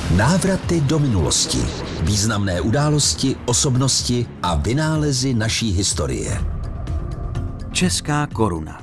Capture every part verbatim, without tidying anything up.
Návraty do minulosti. Významné události, osobnosti a vynálezy naší historie. Česká koruna.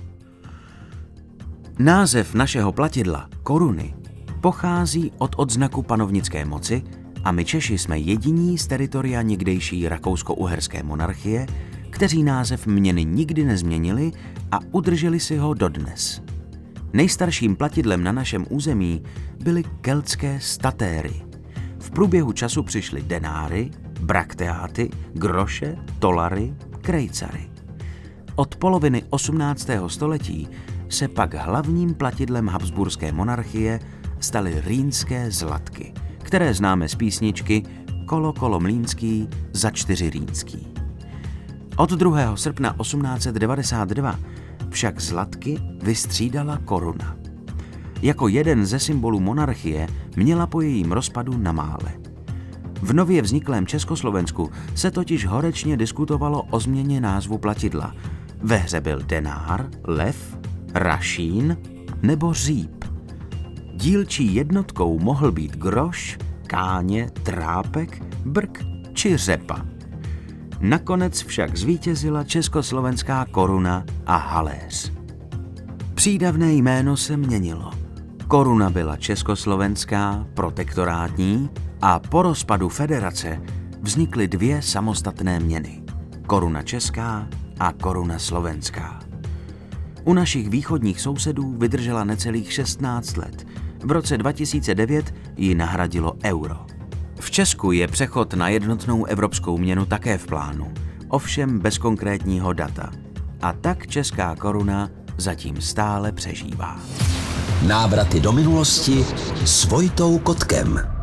Název našeho platidla, koruny, pochází od odznaku panovnické moci a my Češi jsme jediní z teritoria někdejší rakousko-uherské monarchie, kteří název měny nikdy nezměnili a udrželi si ho dodnes. Nejstarším platidlem na našem území byly keltské statéry. V průběhu času přišly denáry, brakteáty, groše, tolary, krejcary. Od poloviny osmnáctého století se pak hlavním platidlem habsburské monarchie staly rýnské zlatky, které známe z písničky Kolo, kolo mlýnský, za čtyři rýnský. Od druhého srpna osmnáct set devadesát dva však zlatky vystřídala koruna. Jako jeden ze symbolů monarchie měla po jejím rozpadu na mále. V nově vzniklém Československu se totiž horečně diskutovalo o změně názvu platidla. Ve hře byl denár, lev, rašín nebo říp. Dílčí jednotkou mohl být groš, káně, trápek, brk či řepa. Nakonec však zvítězila československá koruna a haléř. Přídavné jméno se měnilo. Koruna byla československá, protektorátní a po rozpadu federace vznikly dvě samostatné měny. Koruna česká a koruna slovenská. U našich východních sousedů vydržela necelých šestnáct let. V roce dva tisíce devět ji nahradilo euro. V Česku je přechod na jednotnou evropskou měnu také v plánu, ovšem bez konkrétního data. A tak česká koruna zatím stále přežívá. Návraty do minulosti s Vojtou Kotkem.